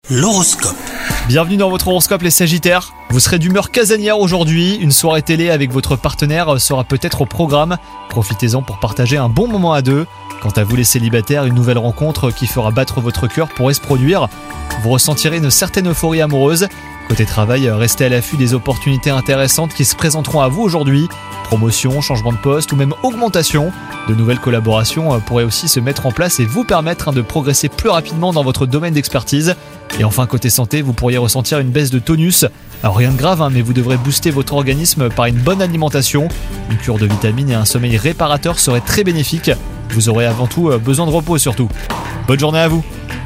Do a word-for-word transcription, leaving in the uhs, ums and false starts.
L'horoscope. Bienvenue dans votre horoscope les Sagittaires. Vous serez d'humeur casanière aujourd'hui, une soirée télé avec votre partenaire sera peut-être au programme. Profitez-en pour partager un bon moment à deux. Quant à vous les célibataires, une nouvelle rencontre qui fera battre votre cœur pourrait se produire. Vous ressentirez une certaine euphorie amoureuse. Côté travail, restez à l'affût des opportunités intéressantes qui se présenteront à vous aujourd'hui. Promotion, changement de poste ou même augmentation. De nouvelles collaborations pourraient aussi se mettre en place et vous permettre de progresser plus rapidement dans votre domaine d'expertise. Et enfin, côté santé, vous pourriez ressentir une baisse de tonus. Alors rien de grave, hein, mais vous devrez booster votre organisme par une bonne alimentation. Une cure de vitamines et un sommeil réparateur seraient très bénéfiques. Vous aurez avant tout besoin de repos surtout. Bonne journée à vous!